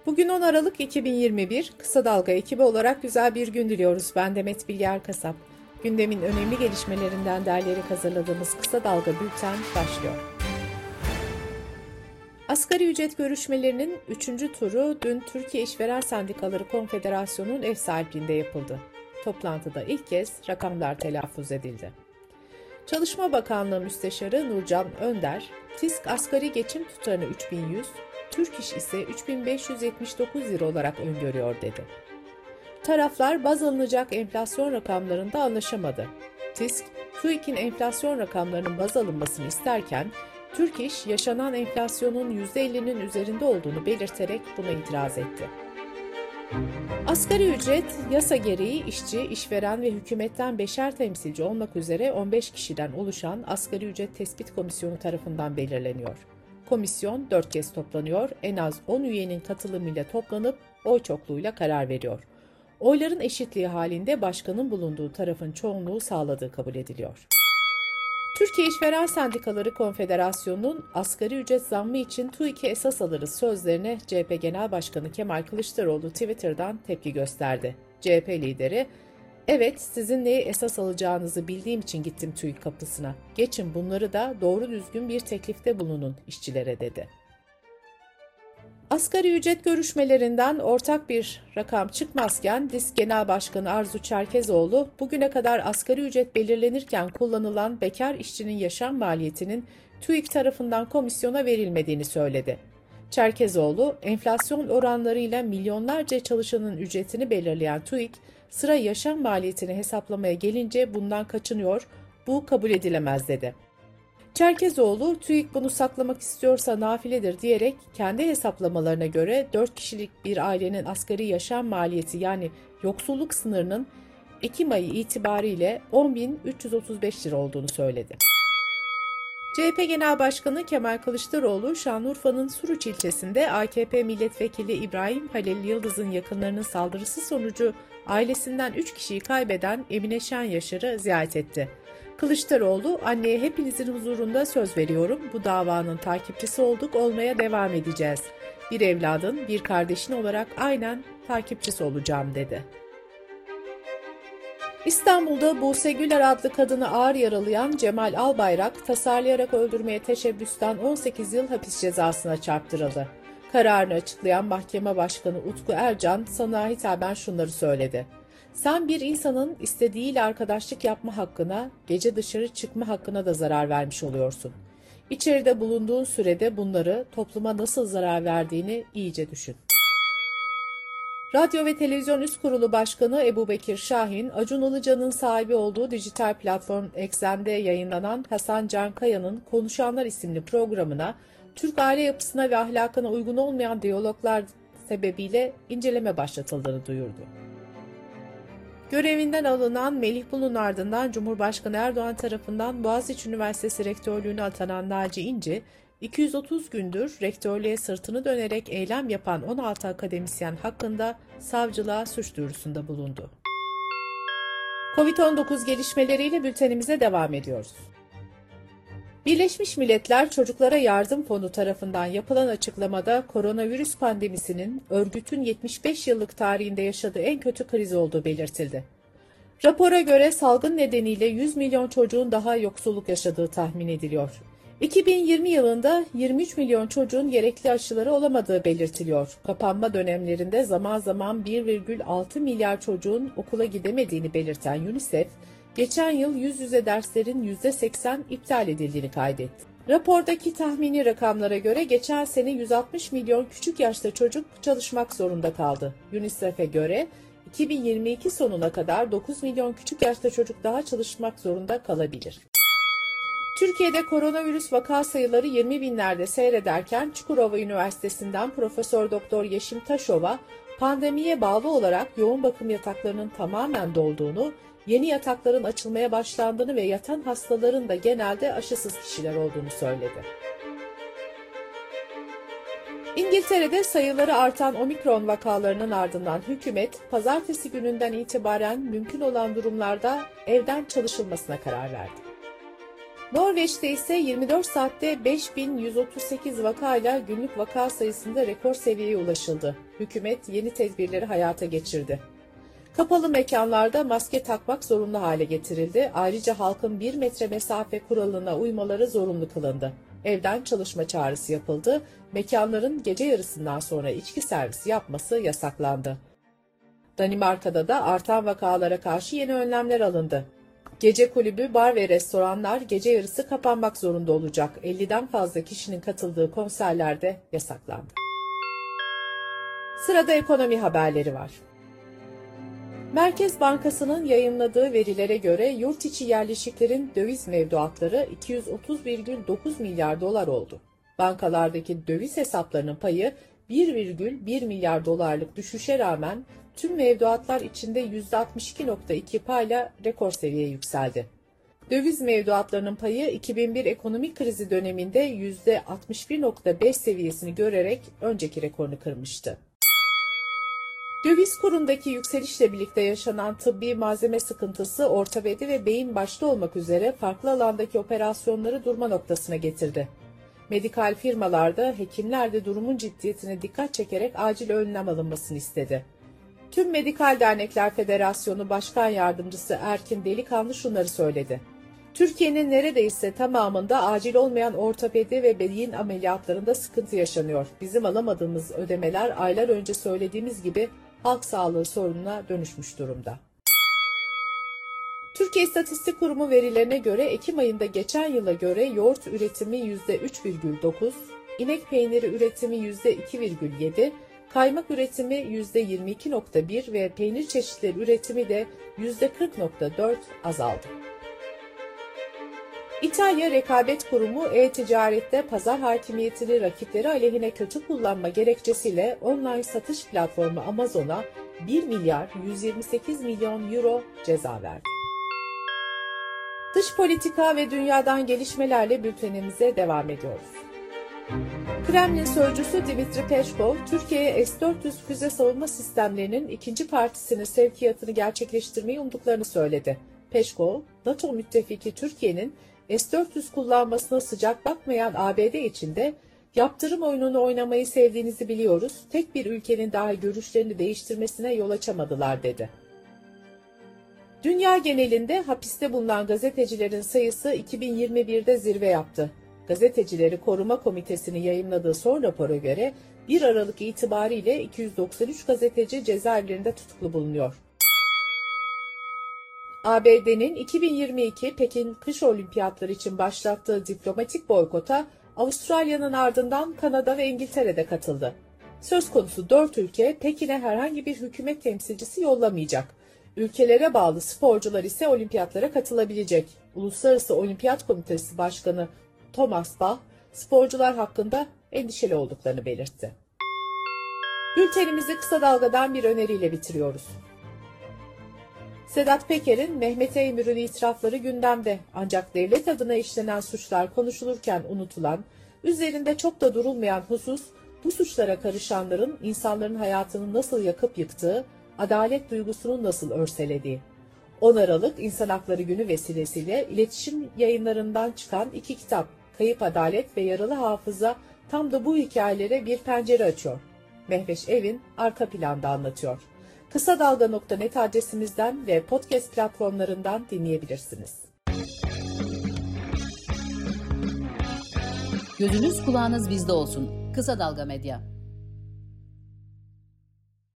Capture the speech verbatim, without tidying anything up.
Bugün on Aralık iki bin yirmi bir, Kısa Dalga ekibi olarak güzel bir gün diliyoruz. Ben Demet Bilge Erkasap. Gündemin önemli gelişmelerinden derleyerek hazırladığımız Kısa Dalga Bülten başlıyor. Asgari ücret görüşmelerinin üçüncü turu dün Türkiye İşveren Sendikaları Konfederasyonu'nun ev sahipliğinde yapıldı. Toplantıda ilk kez rakamlar telaffuz edildi. Çalışma Bakanlığı Müsteşarı Nurcan Önder, TİSK asgari geçim tutarını üç bin yüz, Türk İş ise üç bin beş yüz yetmiş dokuz lira olarak öngörüyor dedi. Taraflar baz alınacak enflasyon rakamlarında anlaşamadı. TİSK, TÜİK'in enflasyon rakamlarının baz alınmasını isterken, Türk İş yaşanan enflasyonun yüzde ellinin üzerinde olduğunu belirterek buna itiraz etti. Asgari ücret, yasa gereği işçi, işveren ve hükümetten beşer temsilci olmak üzere on beş kişiden oluşan Asgari Ücret Tespit Komisyonu tarafından belirleniyor. Komisyon dört kez toplanıyor, en az on üyenin katılımıyla toplanıp oy çokluğuyla karar veriyor. Oyların eşitliği halinde başkanın bulunduğu tarafın çoğunluğu sağladığı kabul ediliyor. Türkiye İşveren Sendikaları Konfederasyonu'nun asgari ücret zammı için TÜİK'i esas alırız sözlerine C H P Genel Başkanı Kemal Kılıçdaroğlu Twitter'dan tepki gösterdi. C H P lideri, "Evet, sizin neyi esas alacağınızı bildiğim için gittim TÜİK kapısına. Geçin bunları da doğru düzgün bir teklifte bulunun işçilere" dedi. Asgari ücret görüşmelerinden ortak bir rakam çıkmazken DİSK Genel Başkanı Arzu Çerkezoğlu, bugüne kadar asgari ücret belirlenirken kullanılan bekar işçinin yaşam maliyetinin TÜİK tarafından komisyona verilmediğini söyledi. Çerkezoğlu, enflasyon oranlarıyla milyonlarca çalışanın ücretini belirleyen TÜİK, sıra yaşam maliyetini hesaplamaya gelince bundan kaçınıyor, bu kabul edilemez dedi. Çerkezoğlu, TÜİK bunu saklamak istiyorsa nafiledir diyerek kendi hesaplamalarına göre dört kişilik bir ailenin asgari yaşam maliyeti yani yoksulluk sınırının Ekim ayı itibariyle on bin üç yüz otuz beş lira olduğunu söyledi. C H P Genel Başkanı Kemal Kılıçdaroğlu, Şanlıurfa'nın Suruç ilçesinde A K P Milletvekili İbrahim Halil Yıldız'ın yakınlarının saldırısı sonucu ailesinden üç kişiyi kaybeden Emine Şen Yaşar'ı ziyaret etti. Kılıçdaroğlu, "Anneye hepinizin huzurunda söz veriyorum, bu davanın takipçisi olduk, olmaya devam edeceğiz. Bir evladın, bir kardeşin olarak aynen takipçisi olacağım" dedi. İstanbul'da Buse Güler adlı kadını ağır yaralayan Cemal Albayrak, tasarlayarak öldürmeye teşebbüsten on sekiz yıl hapis cezasına çarptırıldı. Kararını açıklayan Mahkeme Başkanı Utku Ercan, sanığa hitaben şunları söyledi. "Sen bir insanın istediğiyle arkadaşlık yapma hakkına, gece dışarı çıkma hakkına da zarar vermiş oluyorsun. İçeride bulunduğun sürede bunları topluma nasıl zarar verdiğini iyice düşün." Radyo ve Televizyon Üst Kurulu Başkanı Ebubekir Şahin, Acun Ilıcalı'nın sahibi olduğu dijital platform Eksen'de yayınlanan Hasan Cankaya'nın Konuşanlar isimli programına, Türk aile yapısına ve ahlakına uygun olmayan diyaloglar sebebiyle inceleme başlatıldığını duyurdu. Görevinden alınan Melih Bulun ardından Cumhurbaşkanı Erdoğan tarafından Boğaziçi Üniversitesi Rektörlüğüne atanan Naci İnci, iki yüz otuz gündür rektörlüğe sırtını dönerek eylem yapan on altı akademisyen hakkında savcılığa suç duyurusunda bulundu. kovid on dokuz gelişmeleriyle bültenimize devam ediyoruz. Birleşmiş Milletler Çocuklara Yardım Fonu tarafından yapılan açıklamada koronavirüs pandemisinin örgütün yetmiş beş yıllık tarihinde yaşadığı en kötü kriz olduğu belirtildi. Rapora göre salgın nedeniyle yüz milyon çocuğun daha yoksulluk yaşadığı tahmin ediliyor. iki bin yirmi yılında yirmi üç milyon çocuğun gerekli aşıları olamadığı belirtiliyor. Kapanma dönemlerinde zaman zaman bir virgül altı milyar çocuğun okula gidemediğini belirten UNICEF, geçen yıl yüz yüze derslerin yüzde seksen iptal edildiğini kaydetti. Rapordaki tahmini rakamlara göre geçen sene yüz altmış milyon küçük yaşta çocuk çalışmak zorunda kaldı. UNICEF'e göre iki bin yirmi iki sonuna kadar dokuz milyon küçük yaşta çocuk daha çalışmak zorunda kalabilir. Türkiye'de koronavirüs vaka sayıları yirmi binlerde seyrederken Çukurova Üniversitesi'nden Profesör Doktor Yeşim Taşova, pandemiye bağlı olarak yoğun bakım yataklarının tamamen dolduğunu, yeni yatakların açılmaya başlandığını ve yatan hastaların da genelde aşısız kişiler olduğunu söyledi. İngiltere'de sayıları artan omikron vakalarının ardından hükümet, pazartesi gününden itibaren mümkün olan durumlarda evden çalışılmasına karar verdi. Norveç'te ise yirmi dört saatte beş bin yüz otuz sekiz vakayla günlük vaka sayısında rekor seviyeye ulaşıldı. Hükümet yeni tedbirleri hayata geçirdi. Kapalı mekanlarda maske takmak zorunlu hale getirildi. Ayrıca halkın bir metre mesafe kuralına uymaları zorunlu kılındı. Evden çalışma çağrısı yapıldı. Mekanların gece yarısından sonra içki servisi yapması yasaklandı. Danimarka'da da artan vakalara karşı yeni önlemler alındı. Gece kulübü, bar ve restoranlar gece yarısı kapanmak zorunda olacak. elliden fazla kişinin katıldığı konserler de yasaklandı. Sırada ekonomi haberleri var. Merkez Bankası'nın yayımladığı verilere göre yurt içi yerleşiklerin döviz mevduatları iki yüz otuz virgül dokuz milyar dolar oldu. Bankalardaki döviz hesaplarının payı bir virgül bir milyar dolarlık düşüşe rağmen tüm mevduatlar içinde yüzde altmış iki virgül iki payla rekor seviyeye yükseldi. Döviz mevduatlarının payı iki bin bir ekonomik krizi döneminde yüzde altmış bir virgül beş seviyesini görerek önceki rekorunu kırmıştı. Döviz kurundaki yükselişle birlikte yaşanan tıbbi malzeme sıkıntısı ortopedi ve beyin başta olmak üzere farklı alandaki operasyonları durma noktasına getirdi. Medikal firmalarda hekimler de durumun ciddiyetine dikkat çekerek acil önlem alınmasını istedi. Tüm Medikal Dernekler Federasyonu Başkan Yardımcısı Erkin Delikanlı şunları söyledi. Türkiye'nin neredeyse tamamında acil olmayan ortopedi ve beyin ameliyatlarında sıkıntı yaşanıyor. Bizim alamadığımız ödemeler aylar önce söylediğimiz gibi halk sağlığı sorununa dönüşmüş durumda. Türkiye İstatistik Kurumu verilerine göre Ekim ayında geçen yıla göre yoğurt üretimi yüzde üç virgül dokuz, inek peyniri üretimi yüzde iki virgül yedi, kaymak üretimi yüzde yirmi iki virgül bir ve peynir çeşitleri üretimi de yüzde kırk virgül dört azaldı. İtalya Rekabet Kurumu e-ticarette pazar hakimiyetini rakipleri aleyhine kötü kullanma gerekçesiyle online satış platformu Amazon'a bir milyar yüz yirmi sekiz milyon euro ceza verdi. Dış politika ve dünyadan gelişmelerle bültenimize devam ediyoruz. Kremlin sözcüsü Dmitri Peskov, Türkiye'ye S dört yüz füze savunma sistemlerinin ikinci partisinin sevkiyatını gerçekleştirmeyi umduklarını söyledi. Peskov, NATO müttefiki Türkiye'nin S dört yüz kullanmasına sıcak bakmayan A B D için de yaptırım oyununu oynamayı sevdiğinizi biliyoruz, tek bir ülkenin daha görüşlerini değiştirmesine yol açamadılar dedi. Dünya genelinde hapiste bulunan gazetecilerin sayısı iki bin yirmi birde zirve yaptı. Gazetecileri Koruma Komitesi'nin yayımladığı son rapora göre bir Aralık itibariyle iki yüz doksan üç gazeteci cezaevlerinde tutuklu bulunuyor. A B D'nin iki bin yirmi iki Pekin Kış Olimpiyatları için başlattığı diplomatik boykota Avustralya'nın ardından Kanada ve İngiltere de katıldı. Söz konusu dört ülke Pekin'e herhangi bir hükümet temsilcisi yollamayacak. Ülkelere bağlı sporcular ise olimpiyatlara katılabilecek. Uluslararası Olimpiyat Komitesi Başkanı Thomas Bach, sporcular hakkında endişeli olduklarını belirtti. Bültenimizi kısa dalgadan bir öneriyle bitiriyoruz. Sedat Peker'in Mehmet Eymür'ün itirafları gündemde, ancak devlet adına işlenen suçlar konuşulurken unutulan, üzerinde çok da durulmayan husus, bu suçlara karışanların insanların hayatını nasıl yakıp yıktığı, adalet duygusunu nasıl örselediği. on Aralık İnsan Hakları Günü vesilesiyle iletişim yayınlarından çıkan iki kitap, Kayıp Adalet ve Yaralı Hafıza, tam da bu hikayelere bir pencere açıyor. Mehveş Evin arka planda anlatıyor. kısa dalga nokta net adresimizden ve podcast platformlarından dinleyebilirsiniz. Gözünüz kulağınız bizde olsun. Kısa Dalga Medya.